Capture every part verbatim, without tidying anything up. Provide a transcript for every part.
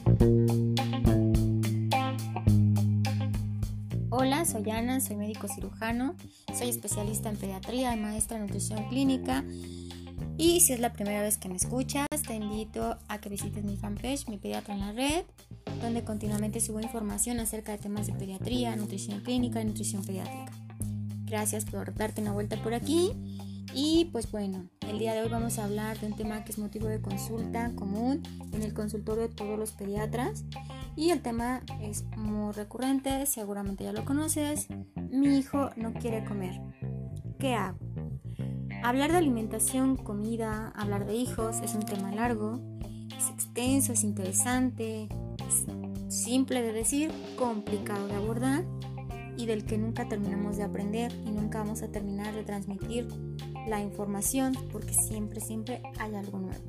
Hola, soy Ana, soy médico cirujano, soy especialista en pediatría y maestra en nutrición clínica. Y si es la primera vez que me escuchas, te invito a que visites mi fanpage, Mi Pediatra en la Red, donde continuamente subo información acerca de temas de pediatría, nutrición clínica y nutrición pediátrica. Gracias por darte una vuelta por aquí. Y pues bueno, el día de hoy vamos a hablar de un tema que es motivo de consulta común en el consultorio de todos los pediatras. Y el tema es muy recurrente, seguramente ya lo conoces. Mi hijo no quiere comer. ¿Qué hago? Hablar de alimentación, comida, hablar de hijos es un tema largo, es extenso, es interesante, es simple de decir, complicado de abordar y del que nunca terminamos de aprender y nunca vamos a terminar de transmitir la información porque siempre, siempre hay algo nuevo.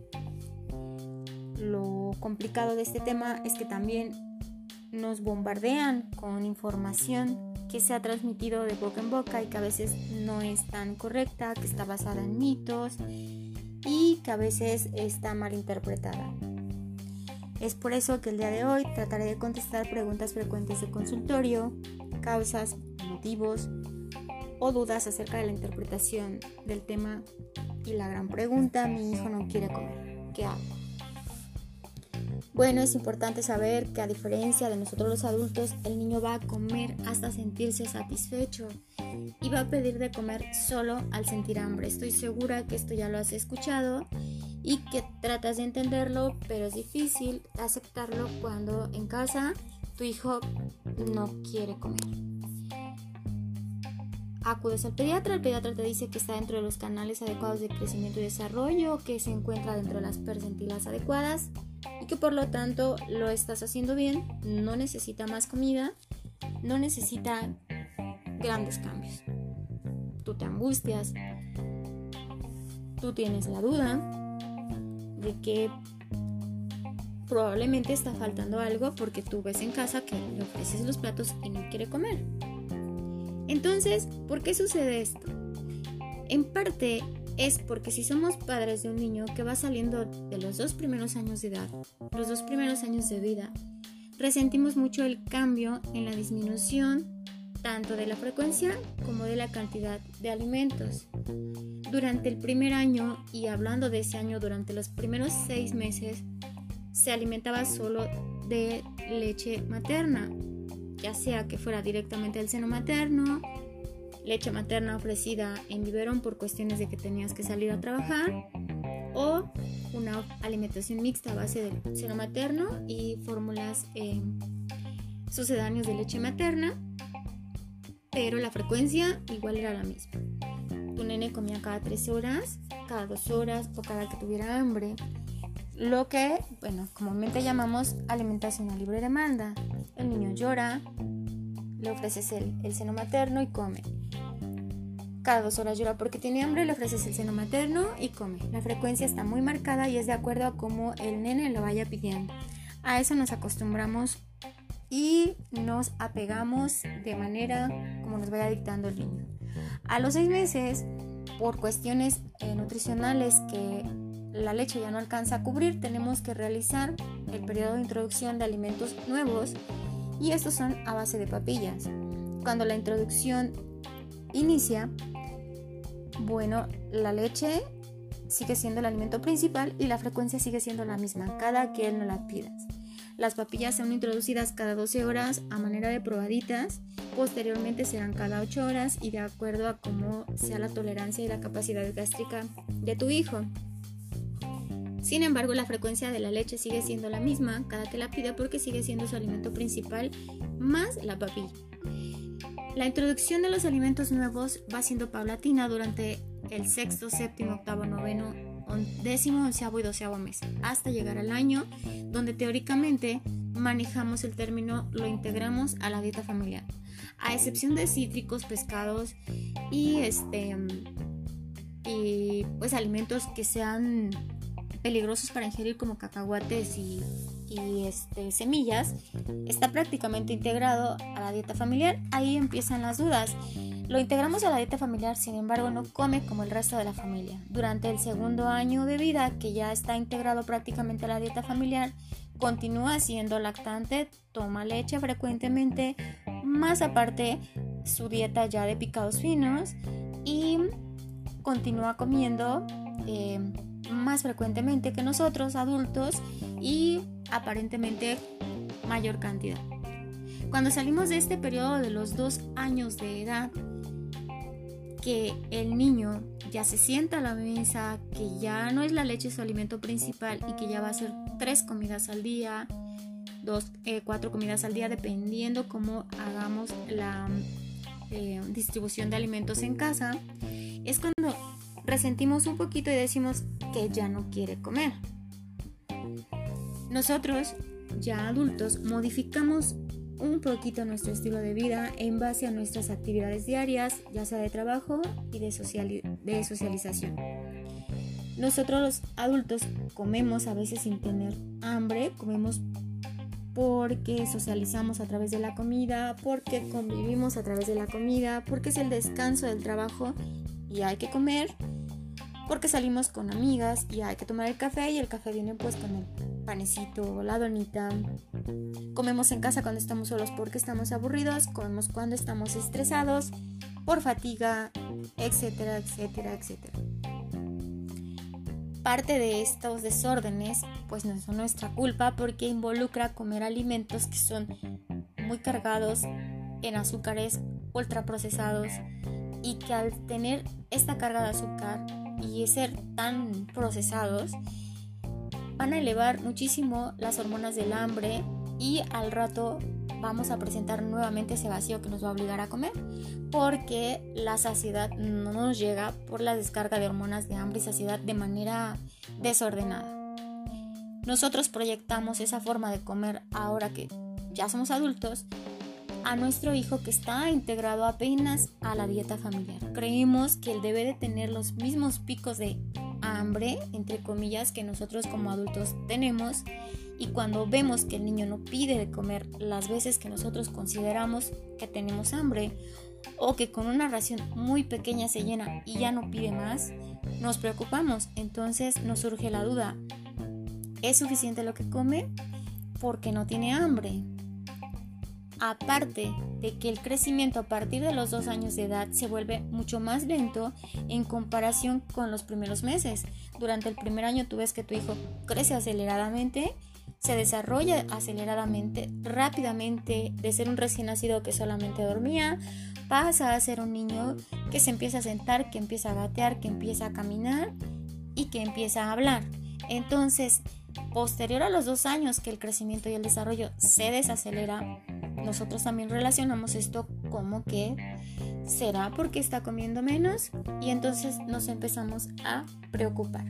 Lo complicado de este tema es que también nos bombardean con información que se ha transmitido de boca en boca y que a veces no es tan correcta, que está basada en mitos y que a veces está mal interpretada. Es por eso que el día de hoy trataré de contestar preguntas frecuentes de consultorio, causas, motivos o dudas acerca de la interpretación del tema y la gran pregunta: mi hijo no quiere comer, ¿qué hago? Bueno, es importante saber que a diferencia de nosotros los adultos, el niño va a comer hasta sentirse satisfecho y va a pedir de comer solo al sentir hambre. Estoy segura que esto ya lo has escuchado y que tratas de entenderlo, pero es difícil aceptarlo cuando en casa tu hijo no quiere comer. Acudes al pediatra, el pediatra te dice que está dentro de los canales adecuados de crecimiento y desarrollo, que se encuentra dentro de las percentilas adecuadas y que por lo tanto lo estás haciendo bien, no necesita más comida, no necesita grandes cambios. Tú te angustias, tú tienes la duda de que probablemente está faltando algo porque tú ves en casa que le ofreces los platos y no quiere comer. Entonces, ¿por qué sucede esto? En parte es porque si somos padres de un niño que va saliendo de los dos primeros años de edad, los dos primeros años de vida, resentimos mucho el cambio en la disminución tanto de la frecuencia como de la cantidad de alimentos. Durante el primer año, y hablando de ese año, durante los primeros seis meses, se alimentaba solo de leche materna, ya sea que fuera directamente del seno materno, leche materna ofrecida en biberón por cuestiones de que tenías que salir a trabajar, o una alimentación mixta a base del seno materno y fórmulas eh, sucedáneos de leche materna, pero la frecuencia igual era la misma. Tu nene comía cada tres horas, cada dos horas o cada que tuviera hambre, lo que, bueno, comúnmente llamamos alimentación a libre demanda. El niño llora, le ofreces el, el seno materno y come. Cada dos horas llora porque tiene hambre, le ofreces el seno materno y come. La frecuencia está muy marcada y es de acuerdo a cómo el nene lo vaya pidiendo. A eso nos acostumbramos y nos apegamos de manera como nos vaya dictando el niño. A los seis meses, por cuestiones eh, nutricionales que la leche ya no alcanza a cubrir, tenemos que realizar el periodo de introducción de alimentos nuevos y estos son a base de papillas. Cuando la introducción inicia, bueno, la leche sigue siendo el alimento principal y la frecuencia sigue siendo la misma cada que él no la pidas. Las papillas son introducidas cada doce horas a manera de probaditas, posteriormente serán cada ocho horas y de acuerdo a cómo sea la tolerancia y la capacidad gástrica de tu hijo. Sin embargo, la frecuencia de la leche sigue siendo la misma cada que la pida porque sigue siendo su alimento principal más la papilla. La introducción de los alimentos nuevos va siendo paulatina durante el sexto, séptimo, octavo, noveno, décimo, onceavo y doceavo mes, hasta llegar al año donde teóricamente manejamos el término lo integramos a la dieta familiar, a excepción de cítricos, pescados y este y pues alimentos que sean peligrosos para ingerir como cacahuates y, y este, semillas, está prácticamente integrado a la dieta familiar. Ahí empiezan las dudas. Lo integramos a la dieta familiar, sin embargo no come como el resto de la familia. Durante el segundo año de vida, que ya está integrado prácticamente a la dieta familiar, continúa siendo lactante, toma leche frecuentemente, más aparte su dieta ya de picados finos, y continúa comiendo eh, más frecuentemente que nosotros adultos y aparentemente mayor cantidad. Cuando salimos de este periodo de los dos años de edad, que el niño ya se sienta a la mesa, que ya no es la leche su alimento principal y que ya va a ser tres comidas al día, dos, eh, cuatro comidas al día, dependiendo cómo hagamos la eh, distribución de alimentos en casa, es cuando resentimos un poquito y decimos que ya no quiere comer. Nosotros, ya adultos, modificamos un poquito nuestro estilo de vida en base a nuestras actividades diarias, ya sea de trabajo y de, sociali- de socialización. Nosotros los adultos comemos a veces sin tener hambre, comemos porque socializamos a través de la comida, porque convivimos a través de la comida, porque es el descanso del trabajo y hay que comer, porque salimos con amigas y hay que tomar el café y el café viene pues con el panecito, la donita. Comemos en casa cuando estamos solos porque estamos aburridos, comemos cuando estamos estresados, por fatiga, etcétera, etcétera, etcétera. Parte de estos desórdenes pues no son nuestra culpa porque involucra comer alimentos que son muy cargados en azúcares ultraprocesados y que al tener esta carga de azúcar y ser tan procesados van a elevar muchísimo las hormonas del hambre y al rato vamos a presentar nuevamente ese vacío que nos va a obligar a comer porque la saciedad no nos llega por la descarga de hormonas de hambre y saciedad de manera desordenada. Nosotros proyectamos esa forma de comer ahora que ya somos adultos a nuestro hijo que está integrado apenas a la dieta familiar. Creemos que él debe de tener los mismos picos de hambre, entre comillas, que nosotros como adultos tenemos, y cuando vemos que el niño no pide de comer las veces que nosotros consideramos que tenemos hambre o que con una ración muy pequeña se llena y ya no pide más, nos preocupamos. Entonces nos surge la duda, ¿es suficiente lo que come? Porque no tiene hambre. Aparte de que el crecimiento a partir de los dos años de edad se vuelve mucho más lento en comparación con los primeros meses. Durante el primer año tú ves que tu hijo crece aceleradamente, se desarrolla aceleradamente, rápidamente, de ser un recién nacido que solamente dormía, pasa a ser un niño que se empieza a sentar, que empieza a gatear, que empieza a caminar y que empieza a hablar. Entonces, posterior a los dos años que el crecimiento y el desarrollo se desacelera, nosotros también relacionamos esto como que será porque está comiendo menos y entonces nos empezamos a preocupar.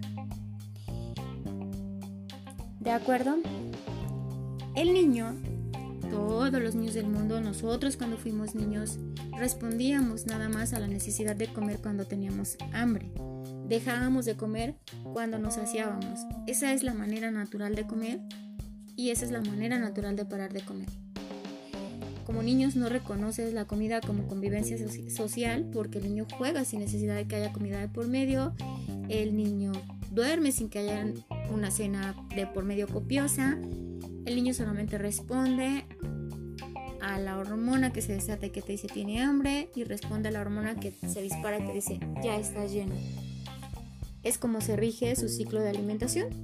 ¿De acuerdo? El niño, todos los niños del mundo, nosotros cuando fuimos niños respondíamos nada más a la necesidad de comer cuando teníamos hambre. Dejábamos de comer cuando nos saciábamos. Esa es la manera natural de comer y esa es la manera natural de parar de comer. Como niños no reconoces la comida como convivencia social porque el niño juega sin necesidad de que haya comida de por medio, el niño duerme sin que haya una cena de por medio copiosa, el niño solamente responde a la hormona que se desata y que te dice tiene hambre y responde a la hormona que se dispara y te dice ya estás lleno. Es como se rige su ciclo de alimentación.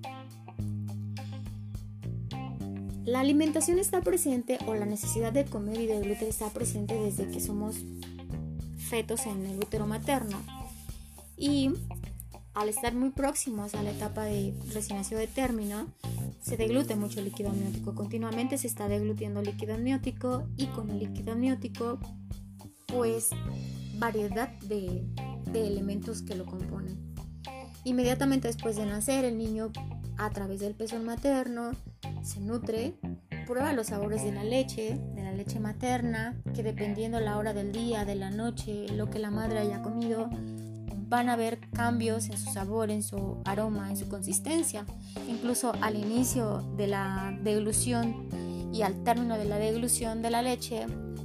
La alimentación está presente o la necesidad de comer y de gluten está presente desde que somos fetos en el útero materno y al estar muy próximos a la etapa de recién nacido de término se deglute mucho líquido amniótico, continuamente se está deglutiendo líquido amniótico y con el líquido amniótico pues variedad de, de elementos que lo componen. Inmediatamente después de nacer el niño a través del pezón materno se nutre, prueba los sabores de la leche, de la leche materna, que dependiendo la hora del día, de la noche, lo que la madre haya comido, van a haber cambios en su sabor, en su aroma, en su consistencia. Incluso al inicio de la deglución y al término de la deglución de la leche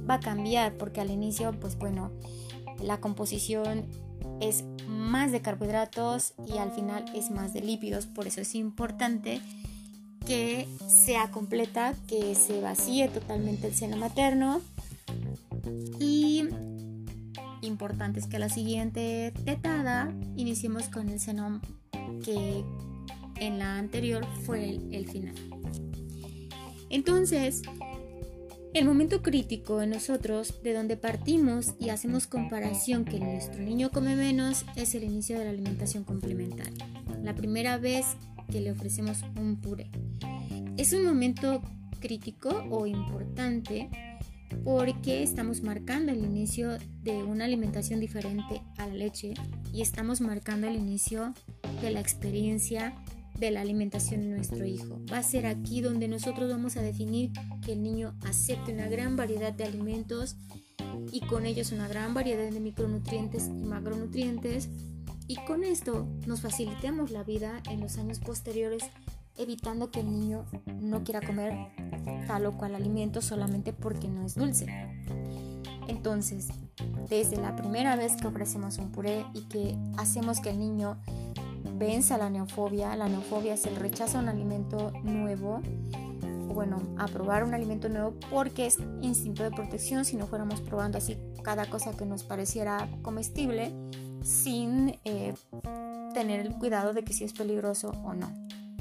va a cambiar, porque al inicio, pues bueno, la composición es más de carbohidratos y al final es más de lípidos. Por eso es importante que sea completa, que se vacíe totalmente el seno materno. Y importante es que a la siguiente tetada iniciemos con el seno que en la anterior fue el, el final. Entonces, el momento crítico en nosotros, de donde partimos y hacemos comparación que nuestro niño come menos, es el inicio de la alimentación complementaria. La primera vez que le ofrecemos un puré. Es un momento crítico o importante porque estamos marcando el inicio de una alimentación diferente a la leche y estamos marcando el inicio de la experiencia de la alimentación de nuestro hijo. Va a ser aquí donde nosotros vamos a definir que el niño acepte una gran variedad de alimentos y con ellos una gran variedad de micronutrientes y macronutrientes, y con esto nos facilitemos la vida en los años posteriores, evitando que el niño no quiera comer tal o cual alimento solamente porque no es dulce. Entonces, desde la primera vez que ofrecemos un puré y que hacemos que el niño venza la neofobia, la neofobia es el rechazo a un alimento nuevo, bueno, a probar un alimento nuevo porque es instinto de protección. Si no fuéramos probando así cada cosa que nos pareciera comestible, sin eh, tener el cuidado de que si es peligroso o no.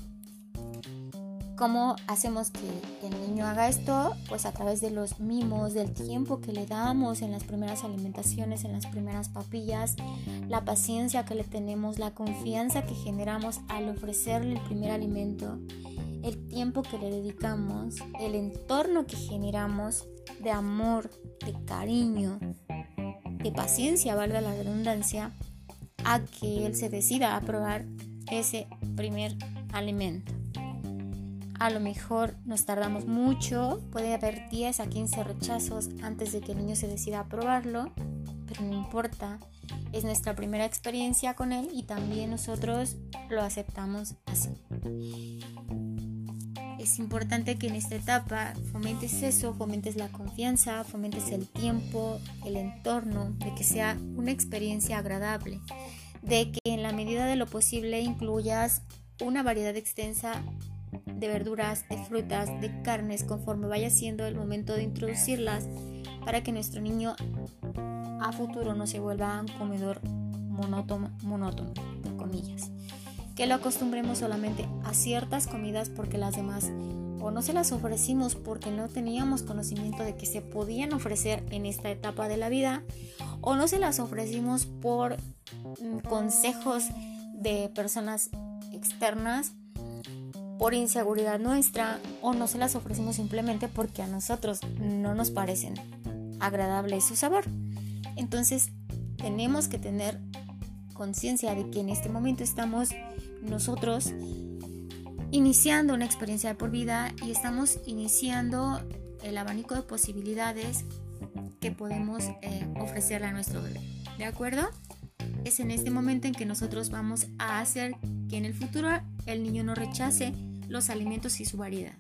¿Cómo hacemos que el niño haga esto? Pues a través de los mimos, del tiempo que le damos en las primeras alimentaciones, en las primeras papillas, la paciencia que le tenemos, la confianza que generamos al ofrecerle el primer alimento, el tiempo que le dedicamos, el entorno que generamos de amor, de cariño, de paciencia, valga la redundancia, a que él se decida a probar ese primer alimento. A lo mejor nos tardamos mucho, puede haber diez a quince rechazos antes de que el niño se decida a probarlo, pero no importa, es nuestra primera experiencia con él y también nosotros lo aceptamos así. Es importante que en esta etapa fomentes eso, fomentes la confianza, fomentes el tiempo, el entorno, de que sea una experiencia agradable, de que en la medida de lo posible incluyas una variedad extensa de verduras, de frutas, de carnes conforme vaya siendo el momento de introducirlas, para que nuestro niño a futuro no se vuelva un comedor monótono, monótono, entre comillas. Que lo acostumbremos solamente a ciertas comidas porque las demás o no se las ofrecimos porque no teníamos conocimiento de que se podían ofrecer en esta etapa de la vida, o no se las ofrecimos por consejos de personas externas, por inseguridad nuestra, o no se las ofrecimos simplemente porque a nosotros no nos parecen agradables su sabor. Entonces tenemos que tener conciencia de que en este momento estamos nosotros iniciando una experiencia de por vida y estamos iniciando el abanico de posibilidades que podemos eh, ofrecerle a nuestro bebé. ¿De acuerdo? Es en este momento en que nosotros vamos a hacer que en el futuro el niño no rechace los alimentos y su variedad.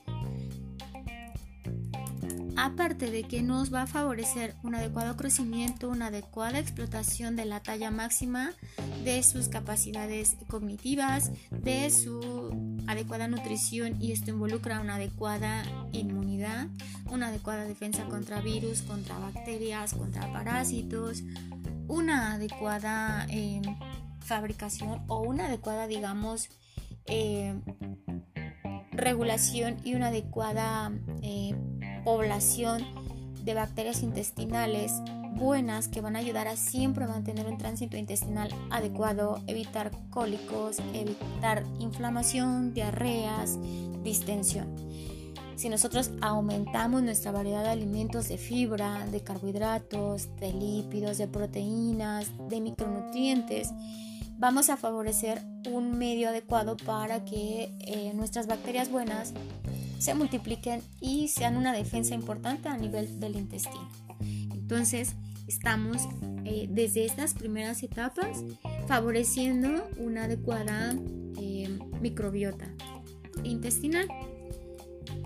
Aparte de que nos va a favorecer un adecuado crecimiento, una adecuada explotación de la talla máxima de sus capacidades cognitivas, de su adecuada nutrición, y esto involucra una adecuada inmunidad, una adecuada defensa contra virus, contra bacterias, contra parásitos, una adecuada eh, fabricación o una adecuada, digamos, eh, regulación y una adecuada eh, población de bacterias intestinales buenas que van a ayudar a siempre mantener un tránsito intestinal adecuado, evitar cólicos, evitar inflamación, diarreas, distensión. Si nosotros aumentamos nuestra variedad de alimentos, de fibra, de carbohidratos, de lípidos, de proteínas, de micronutrientes, vamos a favorecer un medio adecuado para que eh, nuestras bacterias buenas se multipliquen y sean una defensa importante a nivel del intestino. Entonces, estamos eh, desde estas primeras etapas favoreciendo una adecuada eh, microbiota intestinal.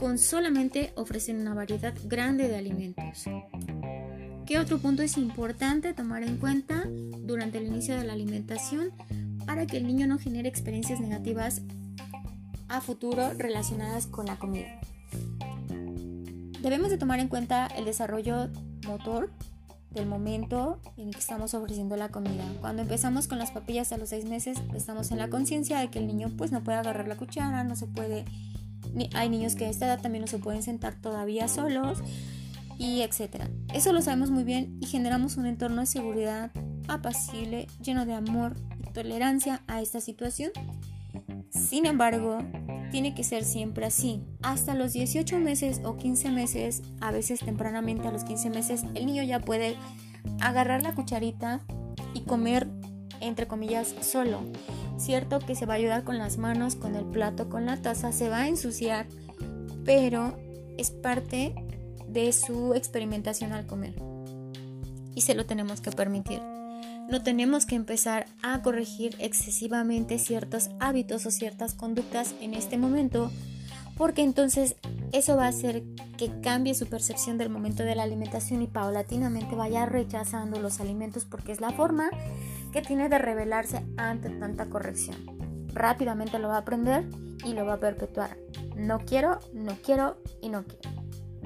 con solamente ofrecer una variedad grande de alimentos. ¿Qué otro punto es importante tomar en cuenta durante el inicio de la alimentación para que el niño no genere experiencias negativas a futuro relacionadas con la comida? Debemos de tomar en cuenta el desarrollo motor del momento en el que estamos ofreciendo la comida. Cuando empezamos con las papillas a los seis meses, estamos en la conciencia de que el niño pues no puede agarrar la cuchara, no se puede, hay niños que a esta edad también no se pueden sentar todavía solos, y etcétera. Eso lo sabemos muy bien y generamos un entorno de seguridad apacible, lleno de amor y tolerancia a esta situación. Sin embargo, tiene que ser siempre así. Hasta los dieciocho meses o quince meses, a veces tempranamente a los quince meses, el niño ya puede agarrar la cucharita y comer, entre comillas, solo. Cierto que se va a ayudar con las manos, con el plato, con la taza, se va a ensuciar, pero es parte de su experimentación al comer y se lo tenemos que permitir. No tenemos que empezar a corregir excesivamente ciertos hábitos o ciertas conductas en este momento, porque entonces eso va a hacer que cambie su percepción del momento de la alimentación y paulatinamente vaya rechazando los alimentos, porque es la forma que tiene de rebelarse ante tanta corrección. Rápidamente lo va a aprender y lo va a perpetuar. No quiero, no quiero y no quiero.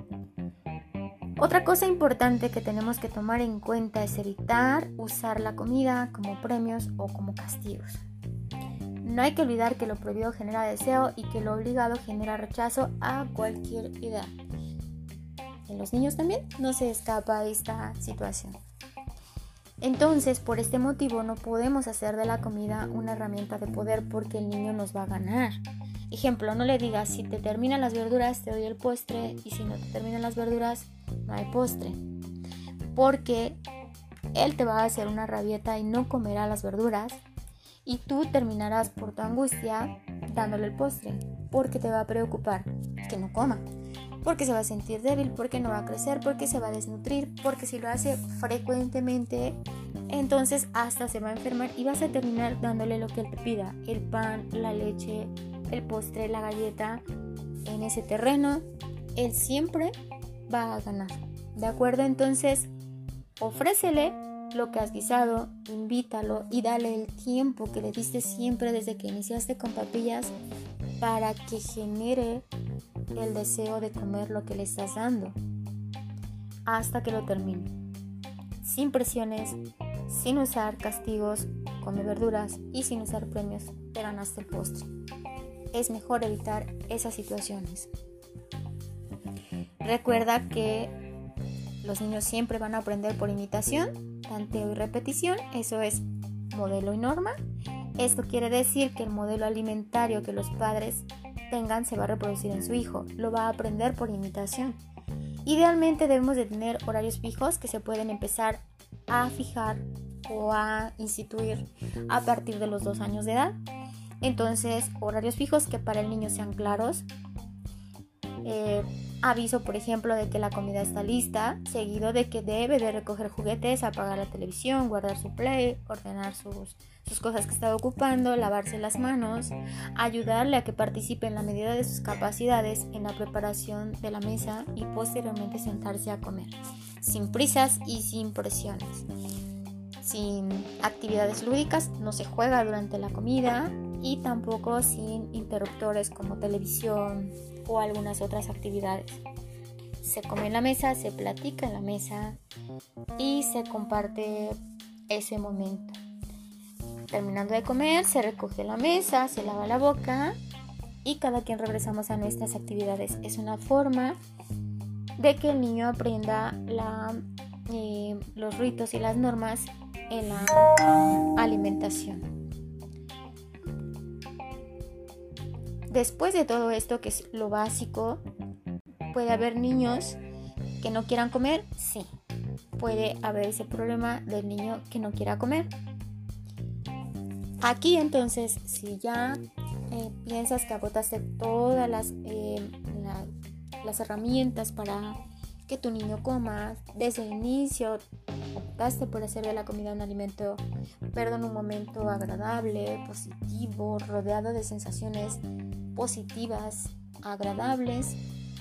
Otra cosa importante que tenemos que tomar en cuenta es evitar usar la comida como premios o como castigos. No hay que olvidar que lo prohibido genera deseo y que lo obligado genera rechazo a cualquier edad. En los niños también no se escapa esta situación. Entonces, por este motivo no podemos hacer de la comida una herramienta de poder, porque el niño nos va a ganar. Ejemplo, no le digas: si te terminan las verduras te doy el postre, y si no te terminan las verduras no hay postre, porque él te va a hacer una rabieta y no comerá las verduras, y tú terminarás por tu angustia dándole el postre, porque te va a preocupar que no coma, porque se va a sentir débil, porque no va a crecer, porque se va a desnutrir, porque si lo hace frecuentemente, entonces hasta se va a enfermar y vas a terminar dándole lo que él te pida: el pan, la leche, el postre, la galleta. En ese terreno él siempre va a ganar, ¿de acuerdo? Entonces ofrécele lo que has guisado, invítalo y dale el tiempo que le diste siempre desde que iniciaste con papillas, para que genere el deseo de comer lo que le estás dando hasta que lo termine, sin presiones, sin usar castigos. Come verduras y sin usar premios, te ganaste el postre. Es mejor evitar esas situaciones. Recuerda que los niños siempre van a aprender por imitación, tanteo y repetición. Eso es modelo y norma. Esto quiere decir que el modelo alimentario que los padres tengan se va a reproducir en su hijo. Lo va a aprender por imitación. Idealmente debemos de tener horarios fijos que se pueden empezar a fijar o a instituir a partir de los dos años de edad. Entonces, horarios fijos que para el niño sean claros. Eh, aviso, por ejemplo, de que la comida está lista, seguido de que debe de recoger juguetes, apagar la televisión, guardar su play, ordenar sus, sus cosas que está ocupando, lavarse las manos, ayudarle a que participe en la medida de sus capacidades en la preparación de la mesa y posteriormente sentarse a comer, sin prisas y sin presiones. Sin actividades lúdicas, no se juega durante la comida, y tampoco sin interruptores como televisión o algunas otras actividades. Se come en la mesa, se platica en la mesa y se comparte ese momento. Terminando de comer, se recoge la mesa, se lava la boca y cada quien regresamos a nuestras actividades. Es una forma de que el niño aprenda la, eh, los ritos y las normas en la alimentación. Después de todo esto, que es lo básico, ¿puede haber niños que no quieran comer? Sí. Puede haber ese problema del niño que no quiera comer. Aquí entonces, si ya eh, piensas que agotaste todas las, eh, la, las herramientas para que tu niño coma, desde el inicio optaste por hacer de la comida un alimento, perdón, un momento agradable, positivo, rodeado de sensaciones positivas, agradables,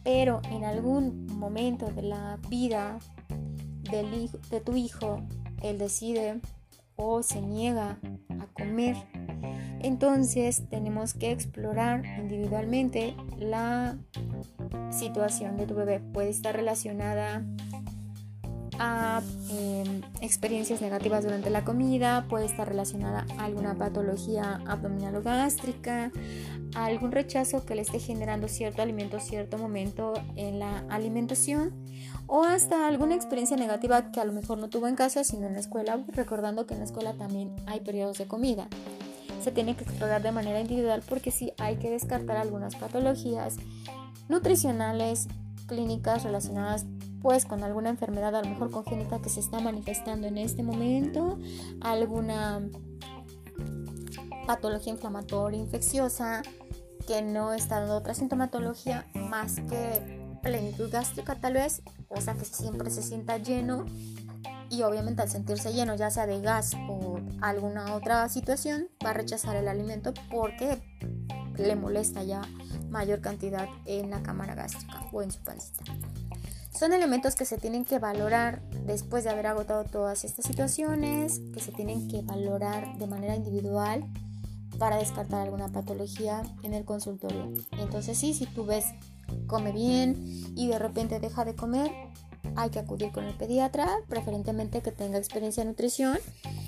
pero en algún momento de la vida del hijo, de tu hijo, él decide o se niega a comer, entonces tenemos que explorar individualmente la situación de tu bebé. Puede estar relacionada a eh, experiencias negativas durante la comida, puede estar relacionada a alguna patología abdominal o gástrica, a algún rechazo que le esté generando cierto alimento, cierto momento en la alimentación, o hasta alguna experiencia negativa que a lo mejor no tuvo en casa sino en la escuela, recordando que en la escuela también hay periodos de comida. Se tiene que explorar de manera individual porque sí hay que descartar algunas patologías nutricionales, clínicas relacionadas pues con alguna enfermedad a lo mejor congénita que se está manifestando en este momento, alguna patología inflamatoria infecciosa que no está dando otra sintomatología más que plenitud gástrica tal vez, o sea que siempre se sienta lleno, y obviamente al sentirse lleno ya sea de gas o alguna otra situación va a rechazar el alimento porque le molesta ya mayor cantidad en la cámara gástrica o en su pancita. Son elementos que se tienen que valorar después de haber agotado todas estas situaciones, que se tienen que valorar de manera individual para descartar alguna patología en el consultorio. Entonces sí, si tú ves come bien y de repente deja de comer, hay que acudir con el pediatra, preferentemente que tenga experiencia en nutrición,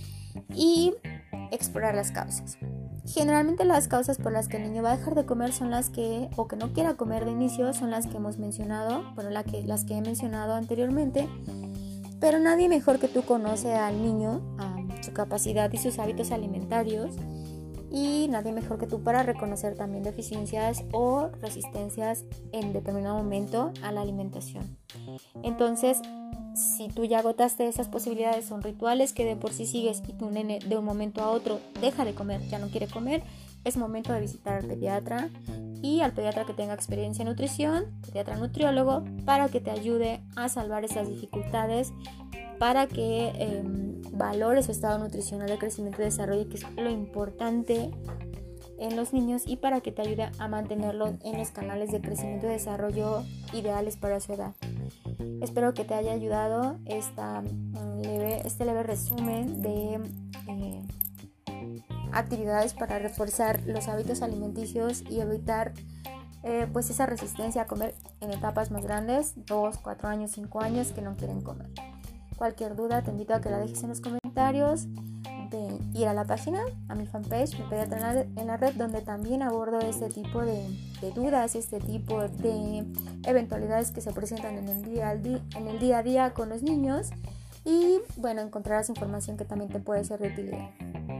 y explorar las causas. Generalmente las causas por las que el niño va a dejar de comer son las que, o que no quiera comer de inicio, son las que hemos mencionado, bueno, la que, las que he mencionado anteriormente, pero nadie mejor que tú conoce al niño, a su capacidad y sus hábitos alimentarios, y nadie mejor que tú para reconocer también deficiencias o resistencias en determinado momento a la alimentación. Entonces, si tú ya agotaste esas posibilidades, son rituales que de por sí sigues y tu nene de un momento a otro deja de comer, ya no quiere comer, es momento de visitar al pediatra y al pediatra que tenga experiencia en nutrición, pediatra nutriólogo, para que te ayude a salvar esas dificultades, para que eh, valore su estado nutricional de crecimiento y desarrollo, que es lo importante en los niños, y para que te ayude a mantenerlo en los canales de crecimiento y desarrollo ideales para su edad. Espero que te haya ayudado esta, um, leve, este leve resumen de eh, actividades para reforzar los hábitos alimenticios y evitar eh, pues esa resistencia a comer en etapas más grandes, dos, cuatro años, cinco años, que no quieren comer. Cualquier duda te invito a que la dejes en los comentarios, de ir a la página, a mi fanpage, Mi Pediatra en la, en la red, donde también abordo este tipo de, de dudas, este tipo de eventualidades que se presentan en el, día al día, en el día a día con los niños, y bueno, encontrarás información que también te puede ser de utilidad.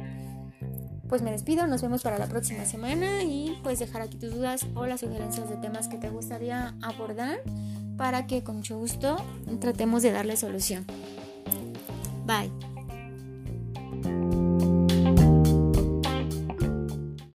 Pues me despido, nos vemos para la próxima semana, y puedes dejar aquí tus dudas o las sugerencias de temas que te gustaría abordar para que con mucho gusto tratemos de darle solución. Bye.